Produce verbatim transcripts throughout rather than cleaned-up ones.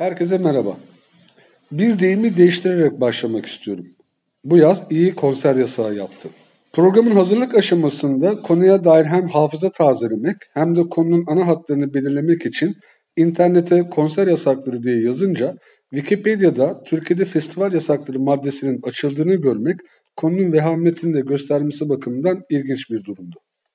Herkese merhaba. Bir deyimi değiştirerek başlamak istiyorum. Bu yaz iyi konser yasağı yaptı. Programın hazırlık aşamasında konuya dair hem hafıza tazelemek hem de konunun ana hatlarını belirlemek için internete konser yasakları diye yazınca Wikipedia'da Türkiye'de festival yasakları maddesinin açıldığını görmek konunun vehametini de göstermesi bakımından ilginç bir durumdu.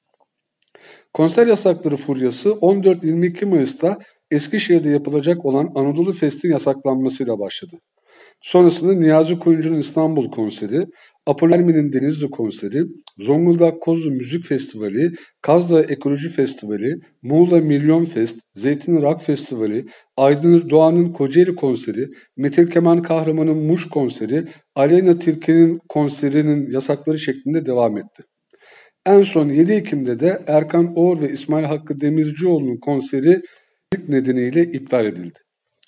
Konser yasakları furyası on dört yirmi iki Mayıs'ta Eskişehir'de yapılacak olan Anadolu Fest'in yasaklanmasıyla başladı. Sonrasında Niyazi Koyuncu'nun İstanbul konseri, Apollo Ermin'in Denizli konseri, Zonguldak Kozlu Müzik Festivali, Kazdağ Ekoloji Festivali, Muğla Milyon Fest, Zeytin Rock Festivali, Aydınır Doğan'ın Kocaeli konseri, Metin Kemal Kahraman'ın Muş konseri, Aleyna Tilki'nin konserinin yasakları şeklinde devam etti. En son yedi Ekim'de de Erkan Oğur ve İsmail Hakkı Demircioğlu'nun konseri nedeniyle iptal edildi.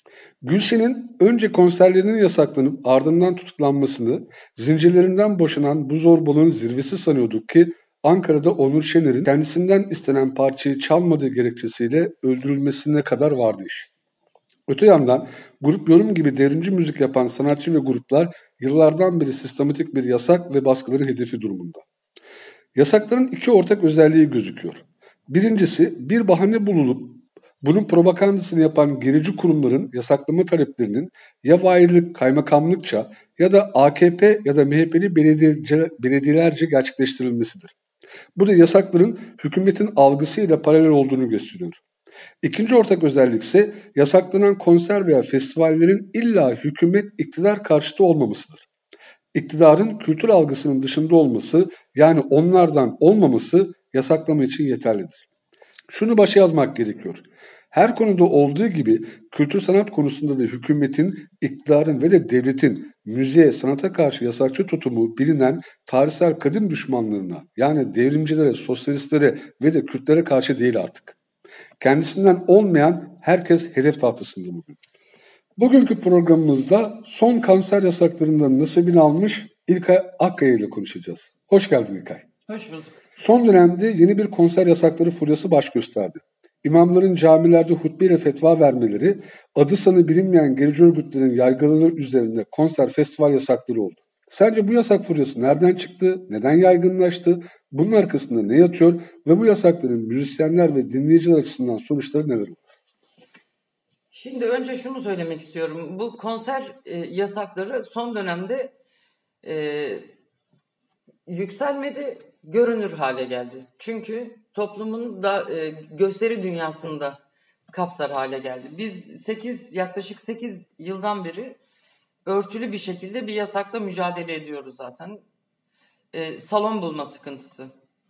Gülşen'in önce konserlerinin yasaklanıp ardından tutuklanmasını, zincirlerinden boşanan bu zorbalığın zirvesi sanıyorduk ki Ankara'da Onur Şener'in kendisinden istenen parçayı çalmadığı gerekçesiyle öldürülmesine kadar vardı iş. Öte yandan Grup Yorum gibi devrimci müzik yapan sanatçı ve gruplar yıllardan beri sistematik bir yasak ve baskıların hedefi durumunda. Yasakların iki ortak özelliği gözüküyor. Birincisi bir bahane bulunup bunun propagandasını yapan gerici kurumların yasaklama taleplerinin ya valilik kaymakamlıkça ya da A K P ya da M H P'li belediyelerce gerçekleştirilmesidir. Bu da yasakların hükümetin algısıyla paralel olduğunu gösteriyor. İkinci ortak özellik ise yasaklanan konser veya festivallerin illa hükümet iktidar karşıtı olmamasıdır. İktidarın kültür algısının dışında olması, yani onlardan olmaması yasaklama için yeterlidir. Şunu başa yazmak gerekiyor. Her konuda olduğu gibi kültür sanat konusunda da hükümetin, iktidarın ve de devletin müziğe, sanata karşı yasakçı tutumu bilinen tarihsel kadın düşmanlığına, yani devrimcilere, sosyalistlere ve de Kürtlere karşı değil artık. Kendisinden olmayan herkes hedef tahtasında bugün. Bugünkü programımızda son kanser yasaklarından nasibini almış İlkay Akkaya ile konuşacağız. Hoş geldin İlkay. Hoş bulduk. Son dönemde yeni bir konser yasakları furyası baş gösterdi. İmamların camilerde hutbe ile fetva vermeleri, adı sanı bilinmeyen gerici örgütlerin yaygınlığı üzerinde konser festival yasakları oldu. Sence bu yasak furyası nereden çıktı, neden yaygınlaştı, bunun arkasında ne yatıyor ve bu yasakların müzisyenler ve dinleyiciler açısından sonuçları neler olur? Şimdi önce şunu söylemek istiyorum. Bu konser e, yasakları son dönemde e, yükselmedi, görünür hale geldi. Çünkü toplumun da e, gösteri dünyasında kapsar hale geldi. Biz sekiz yaklaşık sekiz yıldan beri örtülü bir şekilde bir yasakla mücadele ediyoruz zaten. E, salon bulma sıkıntısı.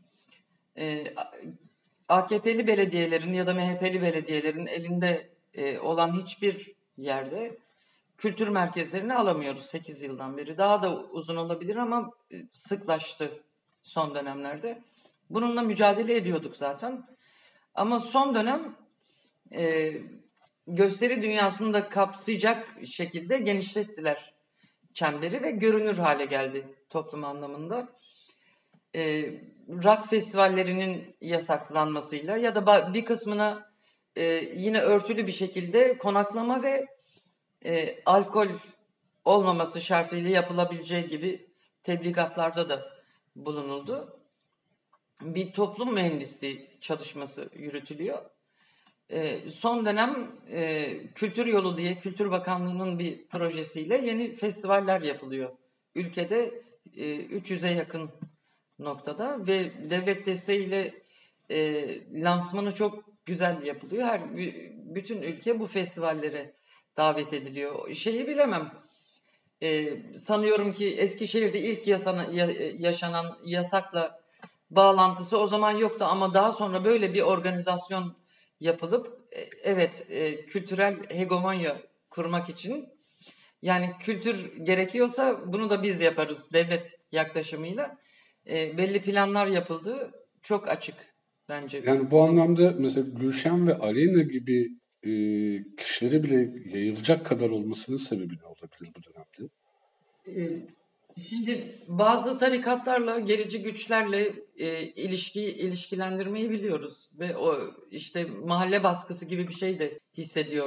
E, A K P'li belediyelerin ya da M H P'li belediyelerin elinde e, olan hiçbir yerde kültür merkezlerini alamıyoruz sekiz yıldan beri. Daha da uzun olabilir ama sıklaştı son dönemlerde. Bununla mücadele ediyorduk zaten. Ama son dönem e, gösteri dünyasını da kapsayacak şekilde genişlettiler çemberi ve görünür hale geldi toplum anlamında. E, rock festivallerinin yasaklanmasıyla ya da bir kısmına e, yine örtülü bir şekilde konaklama ve e, alkol olmaması şartıyla yapılabileceği gibi tebligatlarda da bulunuldu. Bir toplum mühendisliği çalışması yürütülüyor. E, son dönem e, Kültür Yolu diye Kültür Bakanlığı'nın bir projesiyle yeni festivaller yapılıyor. Ülkede e, üç yüze yakın noktada ve devlet desteğiyle e, lansmanı çok güzel yapılıyor. Her bütün ülke bu festivallere davet ediliyor. Şeyi bilemem. E, sanıyorum ki Eskişehir'de ilk yasana, yaşanan yasakla bağlantısı o zaman yoktu ama daha sonra böyle bir organizasyon yapılıp e, evet e, kültürel hegemonya kurmak için, yani kültür gerekiyorsa bunu da biz yaparız devlet yaklaşımıyla. E, belli planlar yapıldı. Çok açık bence. Yani bu anlamda mesela Gülşen ve Aleyna gibi e, kişilere bile yayılacak kadar olmasının sebebi ne olabilir bu dönemde? E, şimdi bazı tarikatlarla, gerici güçlerle e, ilişki ilişkilendirmeyi biliyoruz ve o işte mahalle baskısı gibi bir şey de hissediyor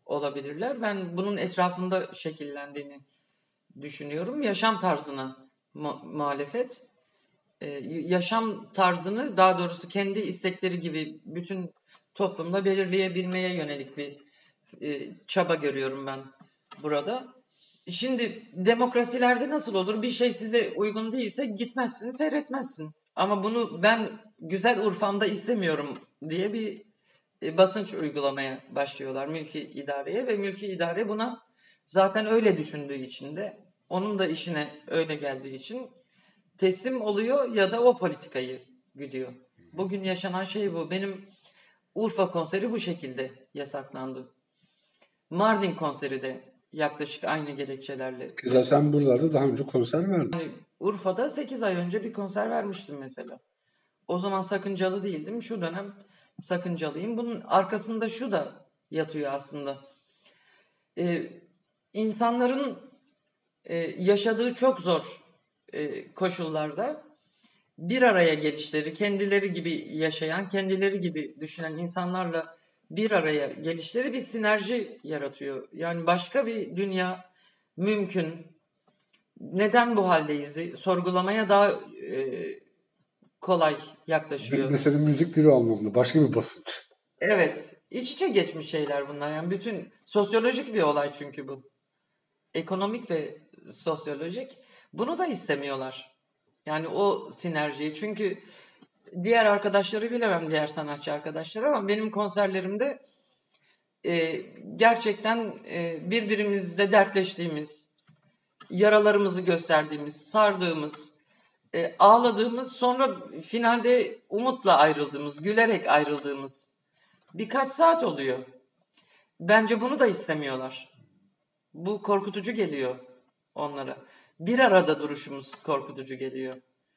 olabilirler. Ben bunun etrafında şekillendiğini düşünüyorum. Yaşam tarzına mu- muhalefet. Ee, yaşam tarzını, daha doğrusu kendi istekleri gibi bütün toplumda belirleyebilmeye yönelik bir e, çaba görüyorum ben burada. Şimdi demokrasilerde nasıl olur? Bir şey size uygun değilse gitmezsin, seyretmezsin. Ama bunu ben güzel Urfa'mda istemiyorum diye bir e, basınç uygulamaya başlıyorlar mülki idareye ve mülki idare buna zaten öyle düşündüğü için de, onun da işine öyle geldiği için teslim oluyor ya da o politikayı güdüyor. Bugün yaşanan şey bu. Benim Urfa konseri bu şekilde yasaklandı. Mardin konseri de yaklaşık aynı gerekçelerle. Keza sen buralarda daha önce konser verdin. Yani Urfa'da sekiz ay önce bir konser vermiştim mesela. O zaman sakıncalı değildim. Şu dönem sakıncalıyım. Bunun arkasında şu da yatıyor aslında. Ee, insanların e, yaşadığı çok zor e, koşullarda bir araya gelişleri, kendileri gibi yaşayan, kendileri gibi düşünen insanlarla bir araya gelişleri bir sinerji yaratıyor. Yani başka bir dünya mümkün. Neden bu haldeyiz? Sorgulamaya daha e, kolay yaklaşıyor. Mesela müzik dili anlamında başka bir basınç. Evet, iç içe geçmiş şeyler bunlar. Yani bütün sosyolojik bir olay çünkü bu. Ekonomik ve sosyolojik. Bunu da istemiyorlar. Yani o sinerjiyi. Çünkü diğer arkadaşları bilemem, diğer sanatçı arkadaşları, ama benim konserlerimde e, gerçekten e, birbirimizle dertleştiğimiz, yaralarımızı gösterdiğimiz, sardığımız, e, ağladığımız, sonra finalde umutla ayrıldığımız, gülerek ayrıldığımız birkaç saat oluyor. Bence bunu da istemiyorlar. Bu korkutucu geliyor onlara. Bir arada duruşumuz korkutucu geliyor.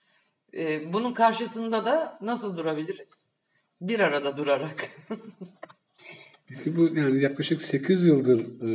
Ee, bunun karşısında da nasıl durabiliriz? Bir arada durarak. Peki bu yani yaklaşık sekiz yıldır e,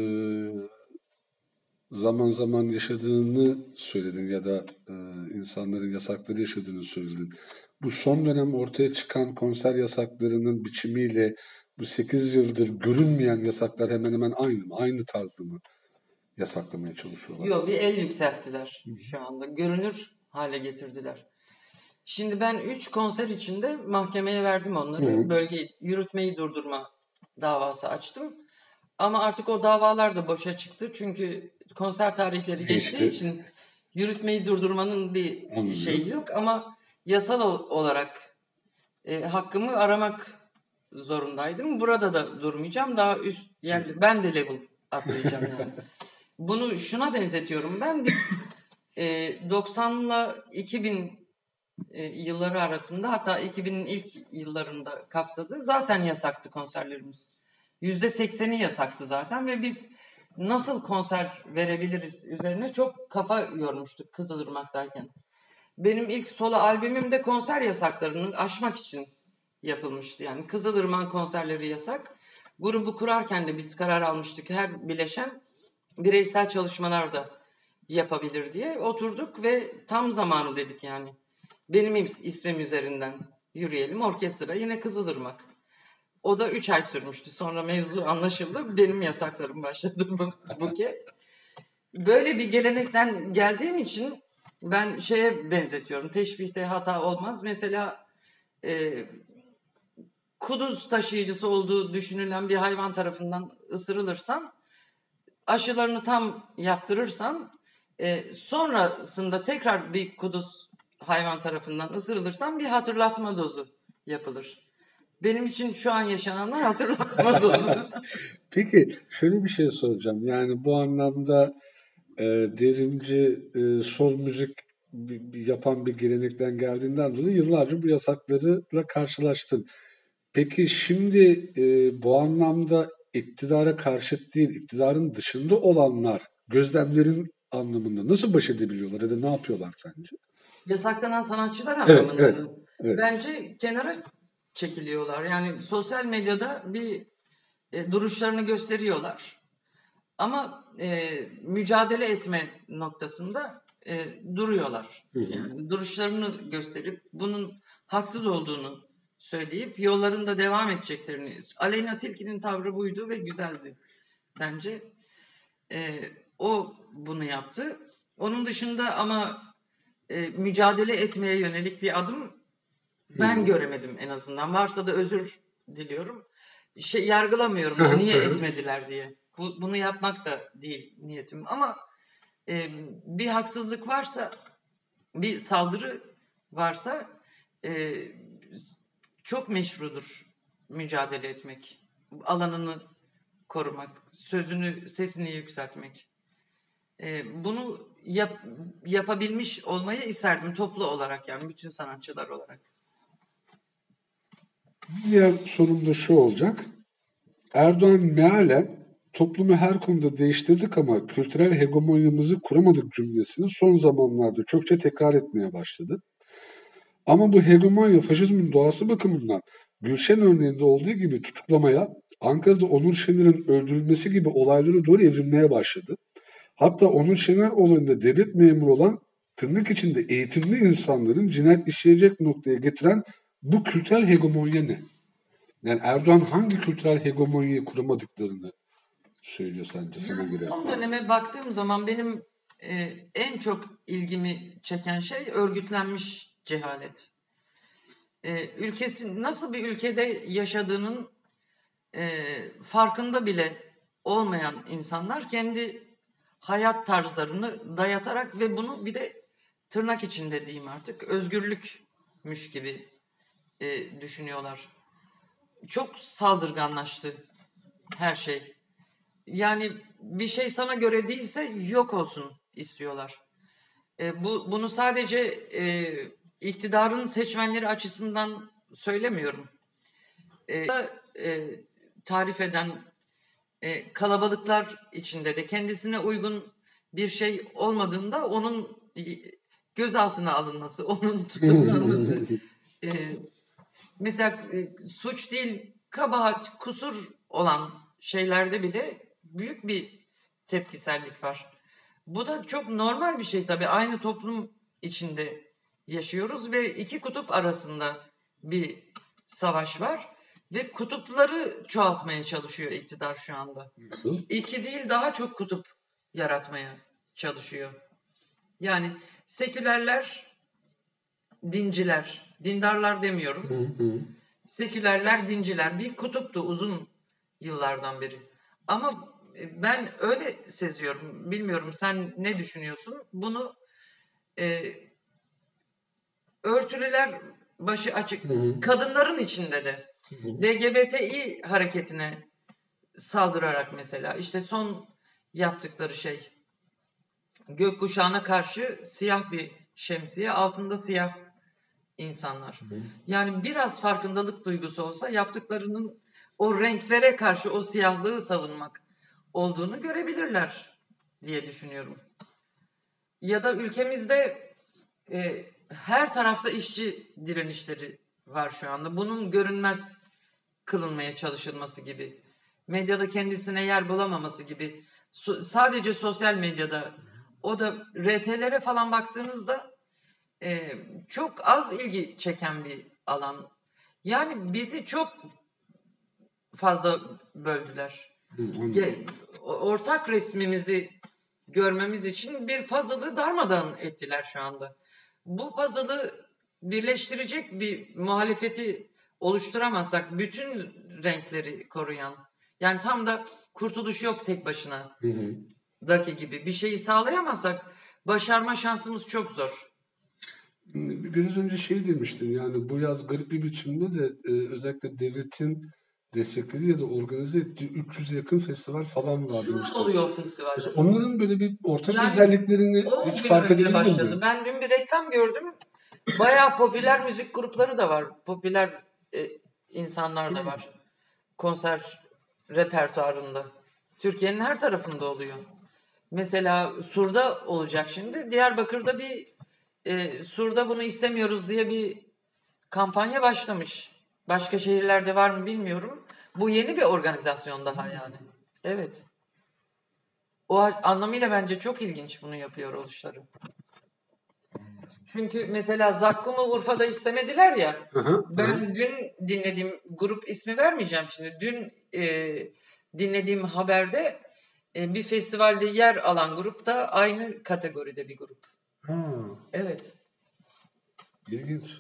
zaman zaman yaşadığını söyledin ya da e, insanların yasakları yaşadığını söyledin. Bu son dönem ortaya çıkan konser yasaklarının biçimiyle bu sekiz yıldır görünmeyen yasaklar hemen hemen aynı mı? Aynı tarzda mı yasaklamaya çalışıyorlar? Yok, bir el yükselttiler şu anda. Görünür hale getirdiler. Şimdi ben üç konser içinde mahkemeye verdim onları. Hı hı. Bölge yürütmeyi durdurma davası açtım. Ama artık o davalar da boşa çıktı. Çünkü konser tarihleri geçtiği Geçti. için yürütmeyi durdurmanın bir Anladım. şeyi yok. Ama yasal olarak e, hakkımı aramak zorundaydım. Burada da durmayacağım. Daha üst yerli. Ben de level atlayacağım yani. Bunu şuna benzetiyorum ben. Biz e, doksanla iki bin e, yılları arasında, hatta iki binin ilk yıllarında kapsadı. Zaten yasaktı konserlerimiz. yüzde sekseni yasaktı zaten ve biz nasıl konser verebiliriz üzerine çok kafa yormuştuk Kızılırmak'tayken. Benim ilk solo albümüm de konser yasaklarını aşmak için yapılmıştı. Yani Kızılırmak konserleri yasak. Grubu kurarken de biz karar almıştık. Her bileşen bireysel çalışmalar da yapabilir diye. Oturduk ve tam zamanı dedik yani. Benim ismim üzerinden yürüyelim. Orkestra yine Kızılırmak. O da üç ay sürmüştü. Sonra mevzu anlaşıldı. Benim yasaklarım başladı bu, bu kez. Böyle bir gelenekten geldiğim için ben şeye benzetiyorum. Teşbihte hata olmaz. Mesela e, kuduz taşıyıcısı olduğu düşünülen bir hayvan tarafından ısırılırsan, aşılarını tam yaptırırsan, e, sonrasında tekrar bir kuduz hayvan tarafından ısırılırsan bir hatırlatma dozu yapılır. Benim için şu an yaşananlar hatırlatma dozu. Peki şöyle bir şey soracağım. Yani bu anlamda e, derinci e, sol müzik bi- bi- yapan bir gelenekten geldiğinden dolayı yıllarca bu yasaklarla karşılaştın. Peki şimdi e, bu anlamda iktidara karşıt değil, iktidarın dışında olanlar gözlemlerin anlamında nasıl baş edebiliyorlar ya da ne yapıyorlar sence? Yasaklanan sanatçılar Evet, anlamında evet, mı? evet. Bence kenara çekiliyorlar. Yani sosyal medyada bir e, duruşlarını gösteriyorlar. Ama e, mücadele etme noktasında e, duruyorlar. Hı hı. Yani duruşlarını gösterip bunun haksız olduğunu söyleyip yollarında devam edeceklerini. Aleyna Tilki'nin tavrı buydu ve güzeldi. bence. E, o bunu yaptı. Onun dışında ama e, mücadele etmeye yönelik bir adım ben göremedim en azından. Varsa da özür diliyorum. Şey yargılamıyorum da niye etmediler diye. Bu, bunu yapmak da değil niyetim. Ama e, bir haksızlık varsa, bir saldırı varsa e, çok meşrudur mücadele etmek. Alanını korumak, sözünü, sesini yükseltmek. E, bunu yap, yapabilmiş olmayı isterdim toplu olarak, yani bütün sanatçılar olarak. Diğer sorum da şu olacak. Erdoğan mealen toplumu her konuda değiştirdik ama kültürel hegemonyamızı kuramadık cümlesini son zamanlarda çokça tekrar etmeye başladı. Ama bu hegemonya faşizmin doğası bakımından Gülşen örneğinde olduğu gibi tutuklamaya, Ankara'da Onur Şener'in öldürülmesi gibi olaylara doğru evrilmeye başladı. Hatta Onur Şener olayında devlet memuru olan tırnak içinde eğitimli insanların cinayet işleyecek noktaya getiren bu kültürel hegemonya ne? Yani Erdoğan hangi kültürel hegemonyayı kuramadıklarını söylüyor sence sana göre? Son döneme baktığım zaman benim e, en çok ilgimi çeken şey örgütlenmiş cehalet. E, ülkesi nasıl bir ülkede yaşadığının e, farkında bile olmayan insanlar kendi hayat tarzlarını dayatarak ve bunu bir de tırnak içinde diyeyim artık özgürlükmüş gibi e, düşünüyorlar. Çok saldırganlaştı her şey. Yani bir şey sana göre değilse yok olsun istiyorlar. E, bu bunu sadece e, iktidarın seçmenleri açısından söylemiyorum. E, e, tarif eden e, kalabalıklar içinde de kendisine uygun bir şey olmadığında onun gözaltına alınması, onun tutuklanması. e, mesela e, suç değil, kabahat, kusur olan şeylerde bile büyük bir tepkisellik var. Bu da çok normal bir şey tabii. Aynı toplum içinde yaşıyoruz ve iki kutup arasında bir savaş var ve kutupları çoğaltmaya çalışıyor iktidar şu anda. Nasıl? İki değil, daha çok kutup yaratmaya çalışıyor. Yani sekülerler, dinciler, dindarlar demiyorum. Hı hı. Sekülerler, dinciler bir kutuptu uzun yıllardan beri. Ama ben öyle seziyorum. Bilmiyorum sen ne düşünüyorsun? Bunu e, örtülüler başı açık, Hı hı. kadınların içinde de Hı hı. L G B T İ hareketine saldırarak mesela işte son yaptıkları şey gökkuşağına karşı siyah bir şemsiye, altında siyah insanlar. Hı hı. Yani biraz farkındalık duygusu olsa yaptıklarının o renklere karşı o siyahlığı savunmak olduğunu görebilirler diye düşünüyorum. Ya da ülkemizde e, her tarafta işçi direnişleri var şu anda. Bunun görünmez kılınmaya çalışılması gibi. Medyada kendisine yer bulamaması gibi. So- sadece sosyal medyada, o da R T'lere falan baktığınızda e, çok az ilgi çeken bir alan. Yani bizi çok fazla böldüler. Hı, anladım. Ge- Ortak resmimizi görmemiz için bir puzzle'ı darmadağın ettiler şu anda. Bu puzzle'ı birleştirecek bir muhalefeti oluşturamazsak, bütün renkleri koruyan, yani tam da kurtuluş yok tek başına Hı hı. daki gibi bir şeyi sağlayamazsak başarma şansımız çok zor. Biraz önce şey demiştin, yani bu yaz garip bir biçimde de e, özellikle devletin desteklediği ya da organize ettiği üç yüze yakın festival falan var Şu an demiştin. oluyor festivaller. Mesela onların böyle bir ortak Yani özelliklerini on hiç gün fark önce edebildin başladı. mi? Ben dün bir reklam gördüm. Bayağı popüler müzik grupları da var. Popüler e, insanlar da var. Konser repertuarında. Türkiye'nin her tarafında oluyor. Mesela Sur'da olacak şimdi. Diyarbakır'da bir e, Sur'da bunu istemiyoruz diye bir kampanya başlamış. Başka şehirlerde var mı bilmiyorum. Bu yeni bir organizasyon daha yani. Evet. O anlamıyla bence çok ilginç bunu yapıyor oluşları. Çünkü mesela Zakkum'u Urfa'da istemediler ya. Hı hı, hı. Ben dün dinlediğim grup ismi vermeyeceğim şimdi. Dün e, dinlediğim haberde e, bir festivalde yer alan grup da aynı kategoride bir grup. Ha, Evet. ilginç.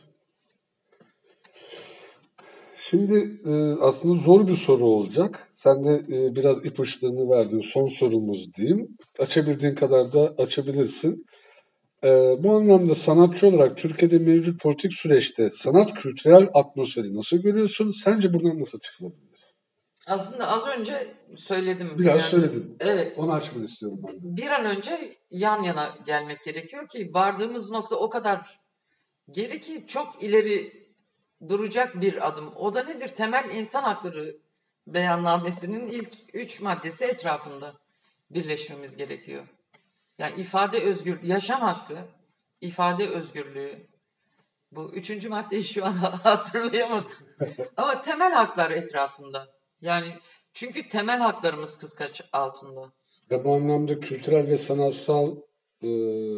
Şimdi e, aslında zor bir soru olacak. Sen de e, biraz ipuçlarını verdin. Son sorumuz diyeyim. Açabildiğin kadar da açabilirsin. E, bu anlamda sanatçı olarak Türkiye'de mevcut politik süreçte sanat kültürel atmosferi nasıl görüyorsun? Sence buradan nasıl çıkılabilir? Aslında az önce söyledim. Biraz Yani söyledin. evet. Onu açmanı istiyorum ben de. Bir an önce yan yana gelmek gerekiyor ki vardığımız nokta o kadar geri ki çok ileri duracak bir adım. O da nedir? Temel insan hakları beyannamesinin ilk üç maddesi etrafında birleşmemiz gerekiyor. Yani ifade özgür, yaşam hakkı, ifade özgürlüğü. Bu üçüncü maddeyi şu an hatırlayamadım. Ama temel haklar etrafında. Yani çünkü temel haklarımız kıskaç altında. Ve bu anlamda kültürel ve sanatsal e,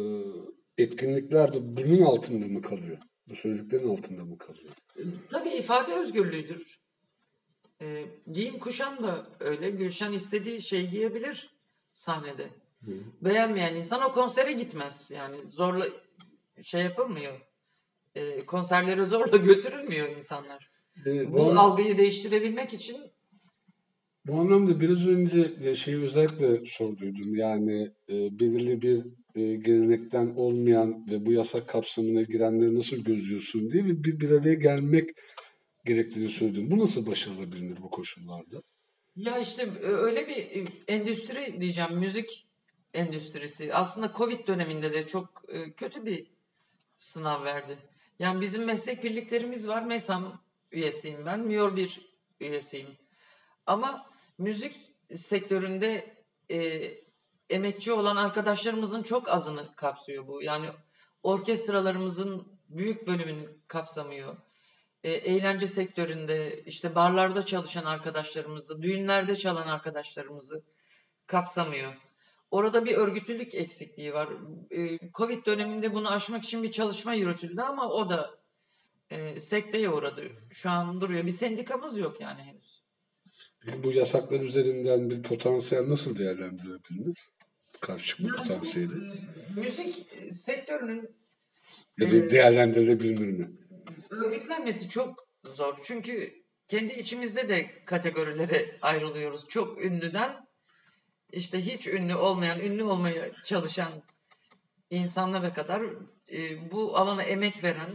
etkinlikler de bunun altında mı kalıyor? Bu söylediklerin altında mı kalıyor? Tabii ifade özgürlüğüdür. E, giyim kuşam da öyle. Gülşen istediği şeyi giyebilir sahnede. Hı. Beğenmeyen insan o konsere gitmez. Yani zorla şey yapılmıyor. E, konserlere zorla götürülmüyor insanlar. E, bu bu an... algıyı değiştirebilmek için bu anlamda biraz önce şeyi özellikle sorduydum. Yani e, belirli bir e, gelenekten olmayan ve bu yasak kapsamına girenleri nasıl gözlüyorsun diye ve bir, bir araya gelmek gerektiğini söyledim. Bu nasıl başarılabilir bu koşullarda? Ya işte öyle bir endüstri diyeceğim, müzik endüstrisi. Aslında Covid döneminde de çok kötü bir sınav verdi. Yani bizim meslek birliklerimiz var. MESAM üyesiyim ben. MİOR bir üyesiyim. Ama müzik sektöründe e, emekçi olan arkadaşlarımızın çok azını kapsıyor bu. Yani orkestralarımızın büyük bölümünü kapsamıyor. E, eğlence sektöründe, işte barlarda çalışan arkadaşlarımızı, düğünlerde çalan arkadaşlarımızı kapsamıyor. Orada bir örgütlülük eksikliği var. E, Covid döneminde bunu aşmak için bir çalışma yürütüldü ama o da e, sekteye uğradı. Şu an duruyor. Bir sendikamız yok yani henüz. Bu yasaklar üzerinden bir potansiyel nasıl değerlendirilebilir? Karşı çıkma yani, potansiyeli. E, müzik sektörünün ya da e, değerlendirilebilir mi? Örgütlenmesi çok zor. Çünkü kendi içimizde de kategorilere ayrılıyoruz. Çok ünlüden işte hiç ünlü olmayan, ünlü olmaya çalışan insanlara kadar e, bu alana emek veren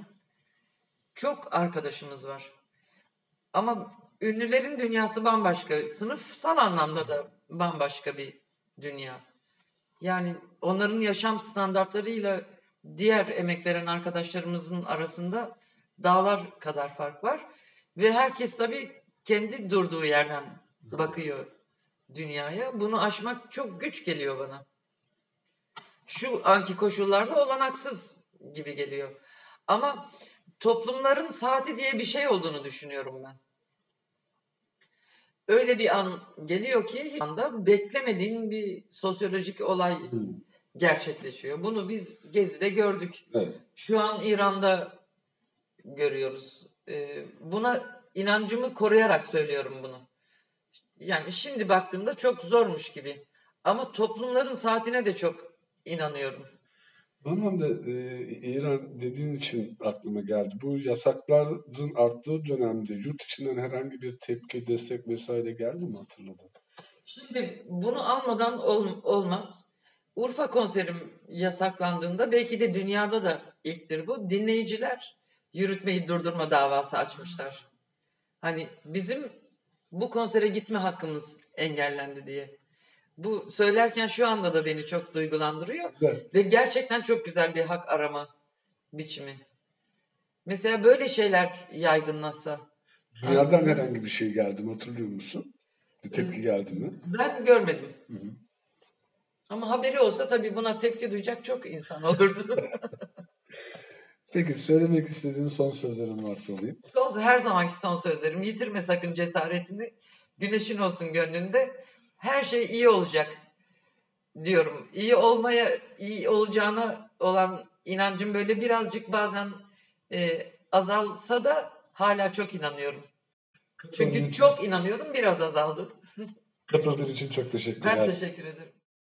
çok arkadaşımız var. Ama ünlülerin dünyası bambaşka. Sınıfsal anlamda da bambaşka bir dünya. Yani onların yaşam standartlarıyla diğer emek veren arkadaşlarımızın arasında dağlar kadar fark var. Ve herkes tabii kendi durduğu yerden bakıyor dünyaya. Bunu aşmak çok güç geliyor bana. Şu anki koşullarda olanaksız gibi geliyor. Ama toplumların saati diye bir şey olduğunu düşünüyorum ben. Öyle bir an geliyor ki anda beklemediğin bir sosyolojik olay gerçekleşiyor. Bunu biz Gezi'de gördük. Evet. Şu an İran'da görüyoruz. Ee, buna inancımı koruyarak söylüyorum bunu. Yani şimdi baktığımda çok zormuş gibi. Ama toplumların saatine de çok inanıyorum. Bu anlamda e, İran dediğin için aklıma geldi. Bu yasakların arttığı dönemde yurt içinden herhangi bir tepki, destek vesaire geldi mi, hatırladın? Şimdi bunu almadan ol, olmaz. Urfa konserim yasaklandığında belki de dünyada da ilktir bu. Dinleyiciler yürütmeyi durdurma davası açmışlar. Hani bizim bu konsere gitme hakkımız engellendi diye. Bu söylerken şu anda da beni çok duygulandırıyor. Evet. Ve gerçekten çok güzel bir hak arama biçimi. Mesela böyle şeyler yaygınlaşsa. Dünyadan aslında, herhangi bir şey geldi mi, hatırlıyor musun? Bir tepki geldi mi? Ben görmedim. Hı hı. Ama haberi olsa tabii buna tepki duyacak çok insan olurdu. Peki söylemek istediğin son sözlerin varsa alayım. Son, her zamanki son sözlerim. Yitirme sakın cesaretini. Güneşin olsun gönlünde. Her şey iyi olacak diyorum. İyi olmaya, iyi olacağına olan inancım böyle birazcık bazen e, azalsa da hala çok inanıyorum. Çünkü çok inanıyordum, biraz azaldı. Katıldığın için çok teşekkürler. Ben teşekkür ederim.